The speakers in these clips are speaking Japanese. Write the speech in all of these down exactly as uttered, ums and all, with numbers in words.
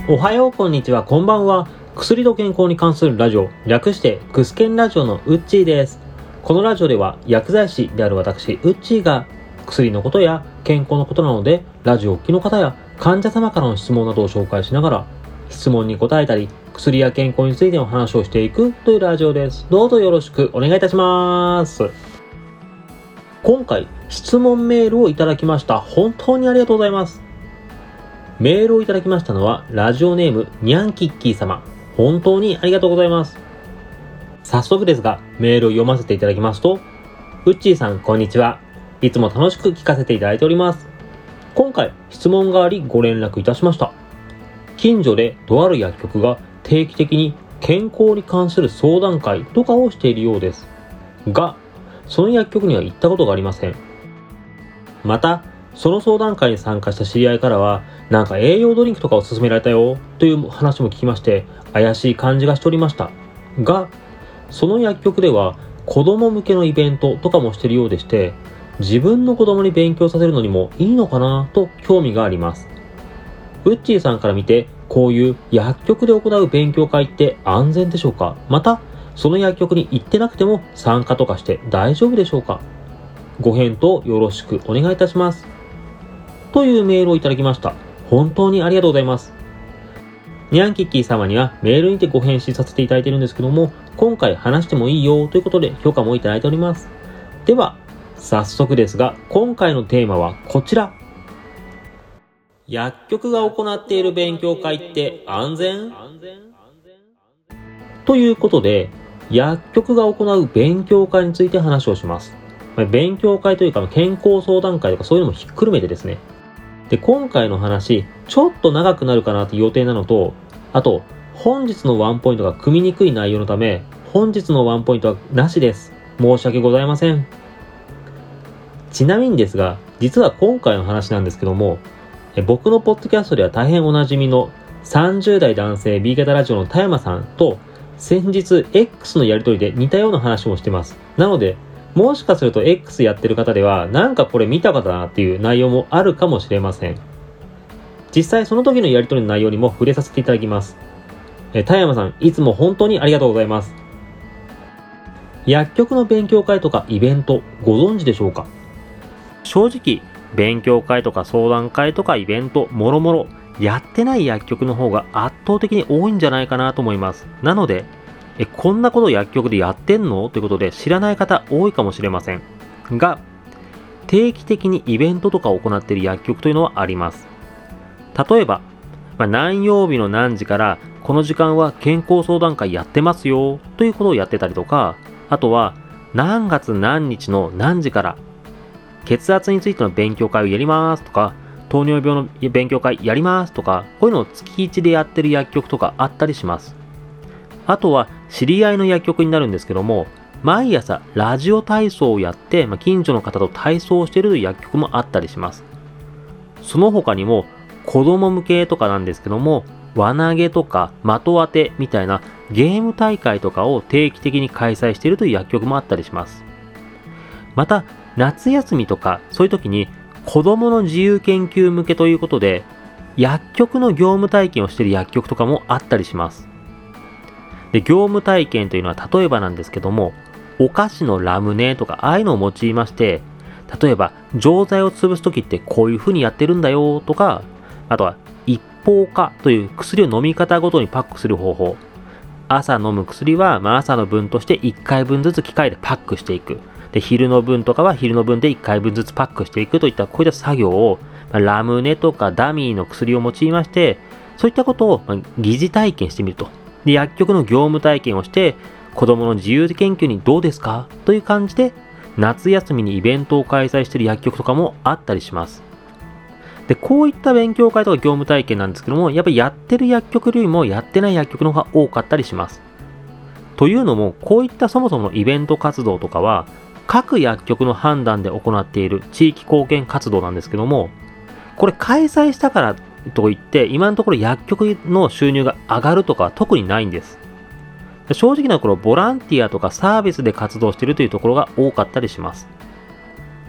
おはよう、こんにちは、こんばんは。薬と健康に関するラジオ、略してクスケンラジオのウッチーです。このラジオでは薬剤師である私ウッチーが薬のことや健康のことなので、ラジオをお聞きの方や患者様からの質問などを紹介しながら、質問に答えたり薬や健康についての話をしていくというラジオです。どうぞよろしくお願いいたします。今回質問メールをいただきました。本当にありがとうございます。メールをいただきましたのはラジオネームにゃんきっきー様。本当にありがとうございます。早速ですがメールを読ませていただきますと、ウッチーさん、こんにちは。いつも楽しく聞かせていただいております。今回質問がありご連絡いたしました。近所でとある薬局が定期的に健康に関する相談会とかをしているようですが、その薬局には行ったことがありません。またその相談会に参加した知り合いからは、なんか栄養ドリンクとかを勧められたよという話も聞きまして、怪しい感じがしておりましたが、その薬局では子供向けのイベントとかもしているようでして、自分の子供に勉強させるのにもいいのかなと興味があります。ウッチーさんから見て、こういう薬局で行う勉強会って安全でしょうか？またその薬局に行ってなくても参加とかして大丈夫でしょうか？ご返答よろしくお願いいたします、というメールをいただきました。本当にありがとうございます。にゃんきっきー様にはメールにてご返信させていただいているんですけども、今回話してもいいよということで許可もいただいております。では早速ですが、今回のテーマはこちら。薬局が行っている勉強会って安全？ということで、薬局が行う勉強会について話をします。勉強会というか健康相談会とかそういうのもひっくるめてですね。で、今回の話ちょっと長くなるかなという予定なのと、あと本日のワンポイントが組みにくい内容のため、本日のワンポイントはなしです。申し訳ございません。ちなみにですが、実は今回の話なんですけども、え僕のポッドキャストでは大変おなじみのさんじゅう代男性 B 型ラジオの田山さんと先日 X のやりとりで似たような話もしてます。なのでもしかすると X やってる方ではなんかこれ見た方だなっていう内容もあるかもしれません。実際その時のやりとりの内容にも触れさせていただきます。え田山さん、いつも本当にありがとうございます。薬局の勉強会とかイベントご存知でしょうか？正直勉強会とか相談会とかイベントもろもろやってない薬局の方が圧倒的に多いんじゃないかなと思います。なのでえこんなこと薬局でやってんのということで知らない方多いかもしれませんが、定期的にイベントとかを行っている薬局というのはあります。例えば、まあ、何曜日の何時からこの時間は健康相談会やってますよということをやってたりとか、あとは何月何日の何時から血圧についての勉強会をやりますとか、糖尿病の勉強会やりますとか、こういうのを月いちでやってる薬局とかあったりします。あとは知り合いの薬局になるんですけども、毎朝ラジオ体操をやって、まあ、近所の方と体操をしている薬局もあったりします。その他にも子供向けとかなんですけども、輪投げとか的当てみたいなゲーム大会とかを定期的に開催しているという薬局もあったりします。また夏休みとかそういう時に子供の自由研究向けということで薬局の業務体験をしている薬局とかもあったりします。で、業務体験というのは例えばなんですけども、お菓子のラムネとかああいうのを用いまして、例えば錠剤を潰すときってこういう風にやってるんだよとか、あとは一方化という薬を飲み方ごとにパックする方法。朝飲む薬はまあ朝の分としていっかいぶんずつ機械でパックしていく。で、昼の分とかは昼の分でいっかいぶんずつパックしていくといったこういった作業を、まあ、ラムネとかダミーの薬を用いまして、そういったことを、まあ、疑似体験してみると。で、薬局の業務体験をして子供の自由研究にどうですかという感じで夏休みにイベントを開催している薬局とかもあったりします。で、こういった勉強会とか業務体験なんですけども、やっぱりやってる薬局よりもやってない薬局の方が多かったりします。というのも、こういったそもそものイベント活動とかは各薬局の判断で行っている地域貢献活動なんですけども、これ開催したからといって今のところ薬局の収入が上がるとかは特にないんです。正直なところボランティアとかサービスで活動しているというところが多かったりします。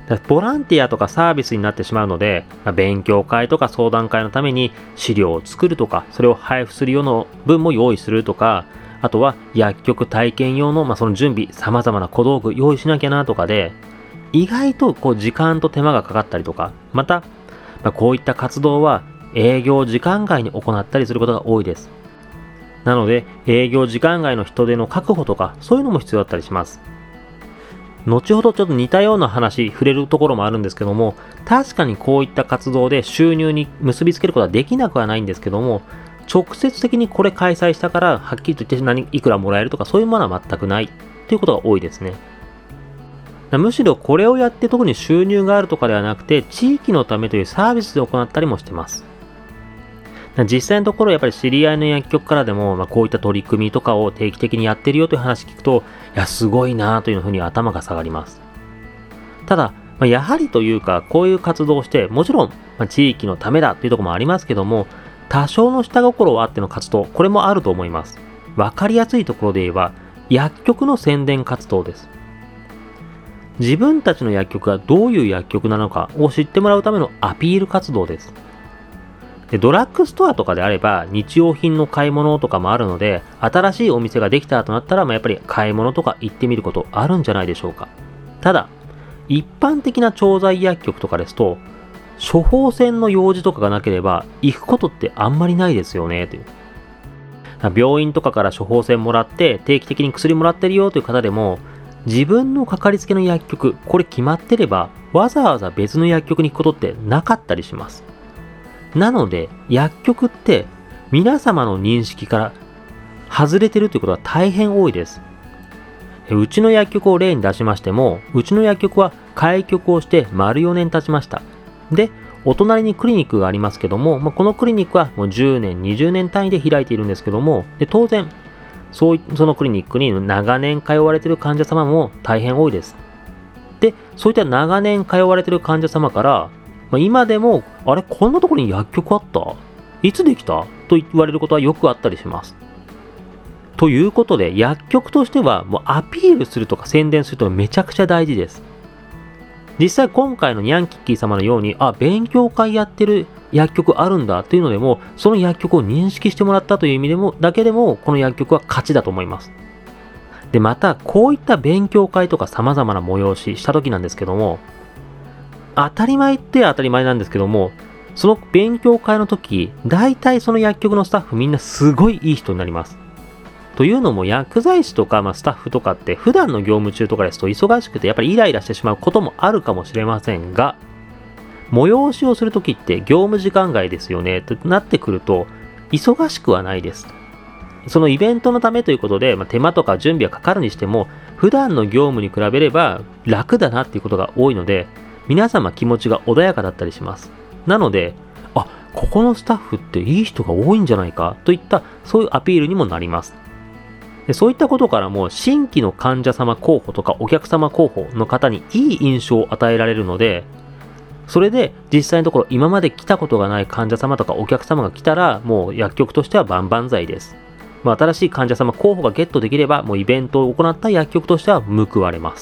だからボランティアとかサービスになってしまうので、まあ、勉強会とか相談会のために資料を作るとか、それを配布するような分も用意するとか、あとは薬局体験用の、まあ、その準備、様々な小道具用意しなきゃなとかで、意外とこう時間と手間がかかったりとか、また、まあ、こういった活動は営業時間外に行ったりすることが多いです。なので、営業時間外の人手の確保とか、そういうのも必要だったりします。後ほどちょっと似たような話、触れるところもあるんですけども、確かにこういった活動で収入に結びつけることはできなくはないんですけども、直接的にこれ開催したから、はっきりと言って何いくらもらえるとか、そういうものは全くないということが多いですね。むしろこれをやって特に収入があるとかではなくて、地域のためというサービスで行ったりもしてます。実際のところやっぱり知り合いの薬局からでも、まあ、こういった取り組みとかを定期的にやってるよという話聞くと、いや、すごいなというふうに頭が下がります。ただ、まあ、やはりというか、こういう活動をして、もちろん、まあ、地域のためだというところもありますけども、多少の下心はあっての活動、これもあると思います。わかりやすいところで言えば、薬局の宣伝活動です。自分たちの薬局がどういう薬局なのかを知ってもらうためのアピール活動です。で、ドラッグストアとかであれば日用品の買い物とかもあるので、新しいお店ができたとなったら、まあ、やっぱり買い物とか行ってみることあるんじゃないでしょうか。ただ、一般的な調剤薬局とかですと、処方箋の用事とかがなければ行くことってあんまりないですよねという。病院とかから処方箋もらって定期的に薬もらってるよという方でも、自分のかかりつけの薬局、これ決まってればわざわざ別の薬局に行くことってなかったりします。なので薬局って皆様の認識から外れてるということが大変多いです。うちの薬局を例に出しましても、うちの薬局は開局をして丸よねん経ちました。で、お隣にクリニックがありますけども、まあ、このクリニックはもうじゅうねん、にじゅうねん単位で開いているんですけども、で当然そういそのクリニックに長年通われている患者様も大変多いです。で、そういった長年通われている患者様から、まあ、今でも、あれ、こんなところに薬局あった?いつできた?と言われることはよくあったりします。ということで、薬局としてはもうアピールするとか宣伝するとめちゃくちゃ大事です。実際今回のニャンキッキー様のように、あ、勉強会やってる薬局あるんだというのでも、その薬局を認識してもらったという意味でも、だけでも、この薬局は勝ちだと思います。で、また、こういった勉強会とか様々な催しした時なんですけども、当たり前って当たり前なんですけども、その勉強会の時、大体その薬局のスタッフみんなすごいいい人になります。というのも薬剤師とか、まあ、スタッフとかって普段の業務中とかですと忙しくてやっぱりイライラしてしまうこともあるかもしれませんが、催しをするときって業務時間外ですよねとなってくると忙しくはないです。そのイベントのためということで、まあ、手間とか準備はかかるにしても普段の業務に比べれば楽だなっていうことが多いので、皆様気持ちが穏やかだったりします。なので、あ、ここのスタッフっていい人が多いんじゃないかといったそういうアピールにもなります。でそういったことからも新規の患者様候補とかお客様候補の方にいい印象を与えられるので、それで実際のところ今まで来たことがない患者様とかお客様が来たらもう薬局としては万々歳です。まあ、新しい患者様候補がゲットできればもうイベントを行った薬局としては報われます。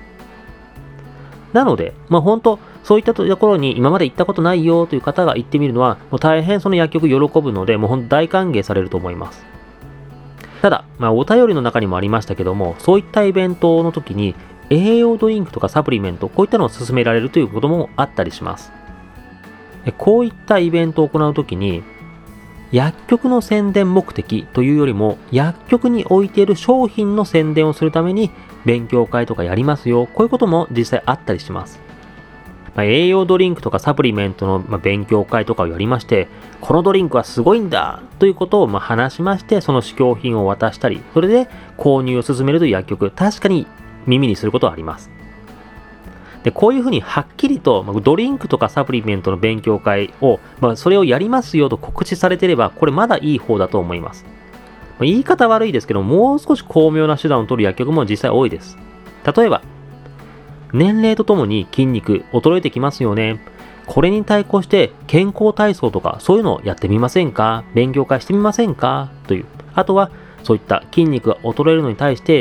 なので、まあ本当そういったところに今まで行ったことないよという方が行ってみるのはもう大変その薬局喜ぶので、もう本当大歓迎されると思います。ただ、まあ、お便りの中にもありましたけども、そういったイベントの時に栄養ドリンクとかサプリメント、こういったのを勧められるということもあったりします。こういったイベントを行う時に薬局の宣伝目的というよりも薬局に置いている商品の宣伝をするために勉強会とかやりますよ、こういうことも実際あったりします。まあ、栄養ドリンクとかサプリメントのまあ勉強会とかをやりまして、このドリンクはすごいんだということをまあ話しまして、その試供品を渡したり、それで購入を進めるという薬局、確かに耳にすることはあります。でこういうふうにはっきりとドリンクとかサプリメントの勉強会を、まあ、それをやりますよと告知されていれば、これまだいい方だと思います。まあ、言い方悪いですけど、もう少し巧妙な手段を取る薬局も実際多いです。例えば年齢とともに筋肉衰えてきますよね。これに対抗して健康体操とかそういうのをやってみませんか、勉強会してみませんかという。あとはそういった筋肉が衰えるのに対して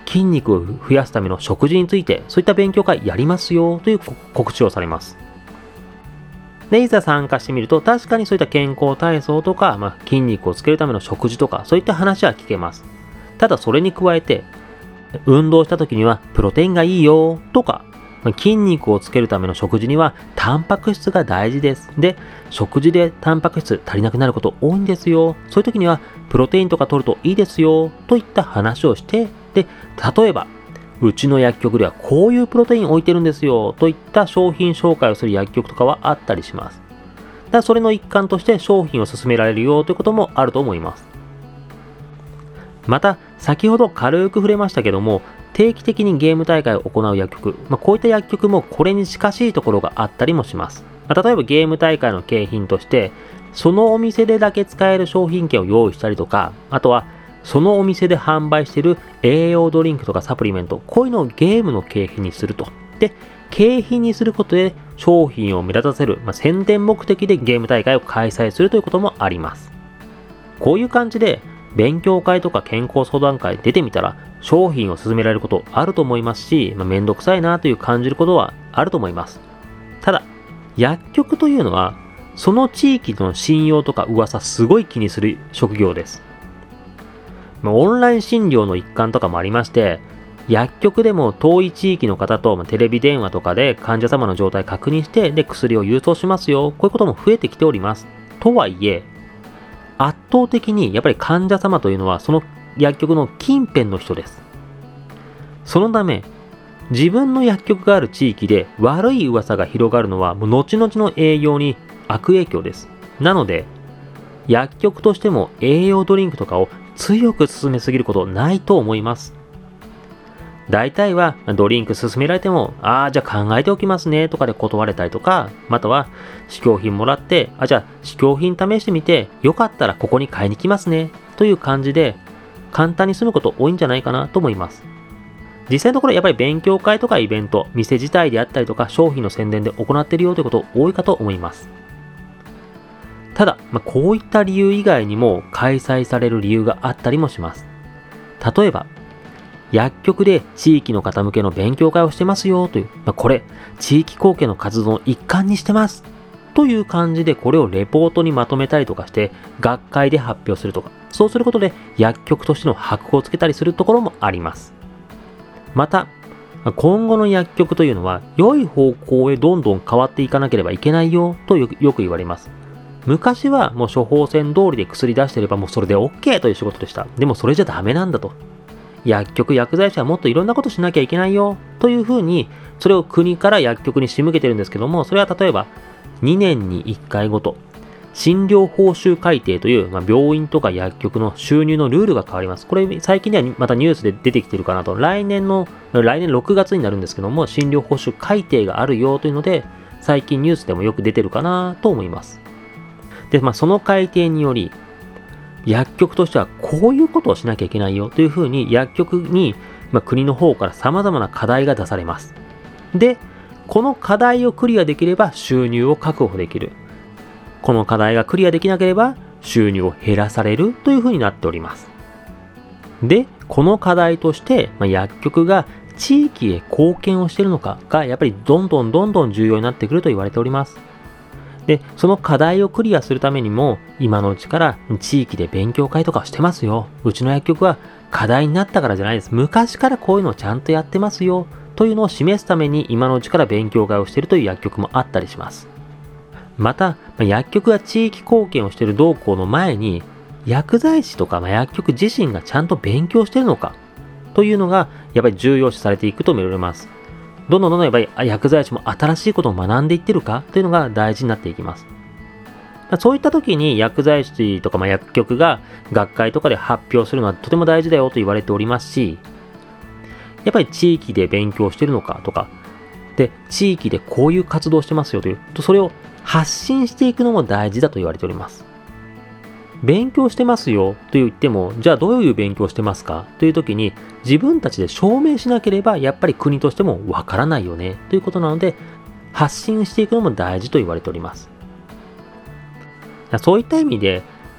筋肉を増やすための食事について、そういった勉強会やりますよという告知をされます。で、いざ参加してみると、確かにそういった健康体操とか、まあ、筋肉をつけるための食事とか、そういった話は聞けます。ただそれに加えて、運動した時にはプロテインがいいよとか、筋肉をつけるための食事にはタンパク質が大事です。で、食事でタンパク質足りなくなること多いんですよ。そういう時にはプロテインとか取るといいですよといった話をして、で、例えばうちの薬局ではこういうプロテイン置いてるんですよといった商品紹介をする薬局とかはあったりします。だからそれの一環として商品を勧められるよということもあると思います。また、先ほど軽く触れましたけども、定期的にゲーム大会を行う薬局、まあ、こういった薬局もこれに近しいところがあったりもします。まあ、例えばゲーム大会の景品として、そのお店でだけ使える商品券を用意したりとか、あとはそのお店で販売している栄養ドリンクとかサプリメント、こういうのをゲームの景品にすると。で、景品にすることで商品を目立たせる、まあ、宣伝目的でゲーム大会を開催するということもあります。こういう感じで勉強会とか健康相談会出てみたら商品を勧められることあると思いますし、まあ、めんどくさいなという感じることはあると思います。ただ、薬局というのはその地域の信用とか噂すごい気にする職業です。まあ、オンライン診療の一環とかもありまして、薬局でも遠い地域の方と、まあ、テレビ電話とかで患者様の状態確認して、で、薬を郵送しますよ。こういうことも増えてきております。とはいえ、圧倒的にやっぱり患者様というのはその薬局の近辺の人です。そのため、自分の薬局がある地域で悪い噂が広がるのはもう後々の営業に悪影響です。なので、薬局としても栄養ドリンクとかを強く勧めすぎることないと思います。大体はドリンク勧められても、ああ、じゃあ考えておきますねとかで断れたりとか、または試供品もらって、あ、じゃあ試供品試してみて、よかったらここに買いに来ますねという感じで、簡単に済むこと多いんじゃないかなと思います。実際のところやっぱり勉強会とかイベント、店自体であったりとか商品の宣伝で行っているよということ多いかと思います。ただ、まあ、こういった理由以外にも開催される理由があったりもします。例えば、薬局で地域の方向けの勉強会をしてますよという、まあ、これ、地域貢献の活動の一環にしてますという感じでこれをレポートにまとめたりとかして、学会で発表するとか、そうすることで薬局としての箔をつけたりするところもあります。また、今後の薬局というのは良い方向へどんどん変わっていかなければいけないよとよくよく言われます。昔はもう処方箋通りで薬出してればもうそれで OK という仕事でした。でもそれじゃダメなんだと。薬局、薬剤師はもっといろんなことしなきゃいけないよというふうに、それを国から薬局に仕向けてるんですけども、それは例えばにねんにいっかいごと、診療報酬改定という、まあ、病院とか薬局の収入のルールが変わります。これ最近ではまたニュースで出てきてるかなと。来年の、来年ろくがつになるんですけども、診療報酬改定があるよというので、最近ニュースでもよく出てるかなと思います。で、まあその改定により、薬局としてはこういうことをしなきゃいけないよというふうに薬局に、まあ、国の方から様々な課題が出されます。で、この課題をクリアできれば収入を確保できる。この課題がクリアできなければ収入を減らされるというふうになっております。で、この課題として、まあ、薬局が地域へ貢献をしているのかがやっぱりどんどんどんどん重要になってくると言われております。で、その課題をクリアするためにも、今のうちから地域で勉強会とかしてますよ。うちの薬局は課題になったからじゃないです。昔からこういうのをちゃんとやってますよ。というのを示すために今のうちから勉強会をしているという薬局もあったりします。また、薬局が地域貢献をしている動向の前に、薬剤師とか薬局自身がちゃんと勉強しているのかというのがやっぱり重要視されていくと見られます。どんどんどんどんやっぱり薬剤師も新しいことを学んでいってるかというのが大事になっていきます。そういった時に薬剤師とかまあ薬局が学会とかで発表するのはとても大事だよと言われておりますし、やっぱり地域で勉強してるのかとか、で、地域でこういう活動してますよという、それを発信していくのも大事だと言われております。勉強してますよと言っても、じゃあどういう勉強してますかという時に自分たちで証明しなければやっぱり国としてもわからないよねということなので、発信していくのも大事と言われております。そういった意味で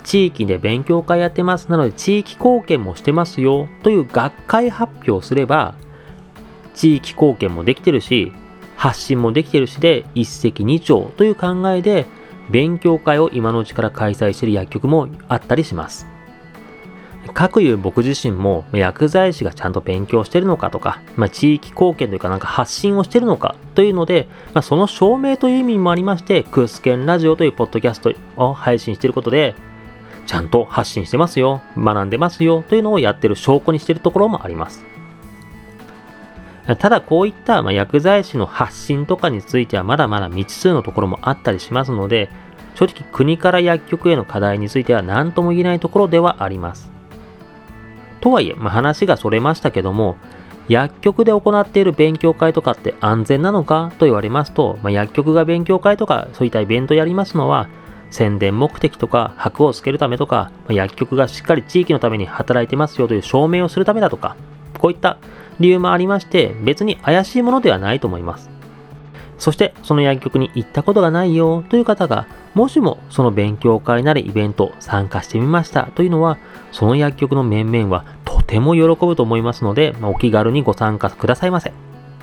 地域で勉強会やってます。なので地域貢献もしてますよという学会発表をすれば、地域貢献もできてるし、発信もできてるしで一石二鳥という考えで、勉強会を今のうちから開催している薬局もあったりします。かくいう僕自身も薬剤師がちゃんと勉強してるのかとか、まあ、地域貢献というかなんか発信をしてるのかというので、まあ、その証明という意味もありまして、クースケンラジオというポッドキャストを配信していることで、ちゃんと発信してますよ、学んでますよというのをやってる証拠にしているところもあります。ただこういったまあ薬剤師の発信とかについてはまだまだ未知数のところもあったりしますので、正直国から薬局への課題については何とも言えないところではあります。とはいえ、まあ、話がそれましたけども、薬局で行っている勉強会とかって安全なのかと言われますと、まあ、薬局が勉強会とかそういったイベントやりますのは、宣伝目的とか箔をつけるためとか、まあ、薬局がしっかり地域のために働いてますよという証明をするためだとか、こういった理由もありまして、別に怪しいものではないと思います。そしてその薬局に行ったことがないよという方が、もしもその勉強会なりイベント参加してみましたというのは、その薬局の面々はとても喜ぶと思いますので、まあ、お気軽にご参加くださいませ。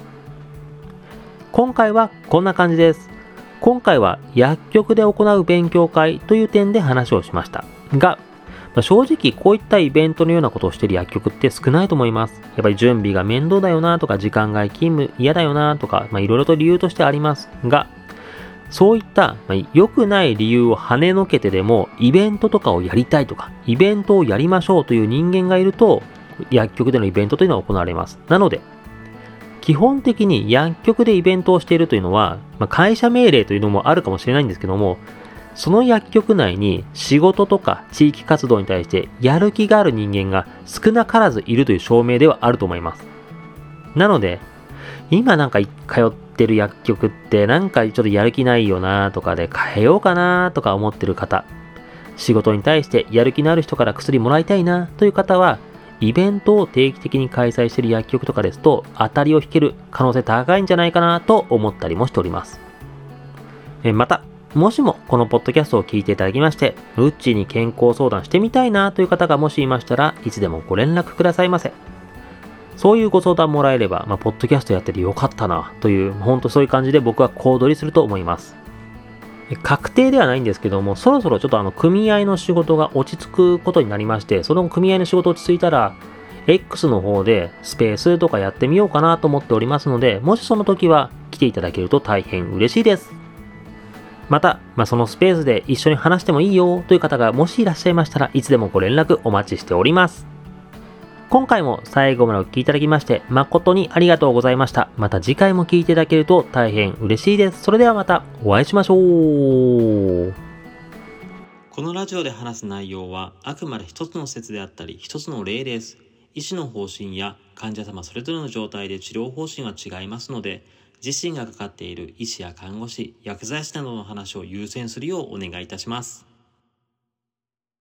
今回はこんな感じです。今回は薬局で行う勉強会という点で話をしましたが、まあ、正直こういったイベントのようなことをしている薬局って少ないと思います。やっぱり準備が面倒だよなとか、時間外勤務嫌だよなとか、まあ、いろいろと理由としてありますが、そういった、まあ、良くない理由を跳ねのけてでもイベントとかをやりたいとか、イベントをやりましょうという人間がいると、薬局でのイベントというのは行われます。なので、基本的に薬局でイベントをしているというのは、まあ、会社命令というのもあるかもしれないんですけども、その薬局内に仕事とか地域活動に対してやる気がある人間が少なからずいるという証明ではあると思います。なので、今なんか通ってる薬局ってなんかちょっとやる気ないよなとかで変えようかなとか思ってる方、仕事に対してやる気のある人から薬もらいたいなという方は、イベントを定期的に開催している薬局とかですと当たりを引ける可能性高いんじゃないかなと思ったりもしております。えまた、もしもこのポッドキャストを聞いていただきまして、ウッチーに健康相談してみたいなという方がもしいましたら、いつでもご連絡くださいませ。そういうご相談もらえれば、まあ、ポッドキャストやっててよかったなという、本当そういう感じで僕は小躍りすると思います。確定ではないんですけども、そろそろちょっとあの組合の仕事が落ち着くことになりまして、その組合の仕事落ち着いたら、X の方でスペースとかやってみようかなと思っておりますので、もしその時は来ていただけると大変嬉しいです。また、まあ、そのスペースで一緒に話してもいいよという方がもしいらっしゃいましたらいつでもご連絡お待ちしております。今回も最後までお聞きいただきまして誠にありがとうございました。また次回も聞いていただけると大変嬉しいです。それではまたお会いしましょう。このラジオで話す内容はあくまで一つの説であったり一つの例です。医師の方針や患者様それぞれの状態で治療方針は違いますので、自身がかかっている医師や看護師、薬剤師などの話を優先するようお願いいたします。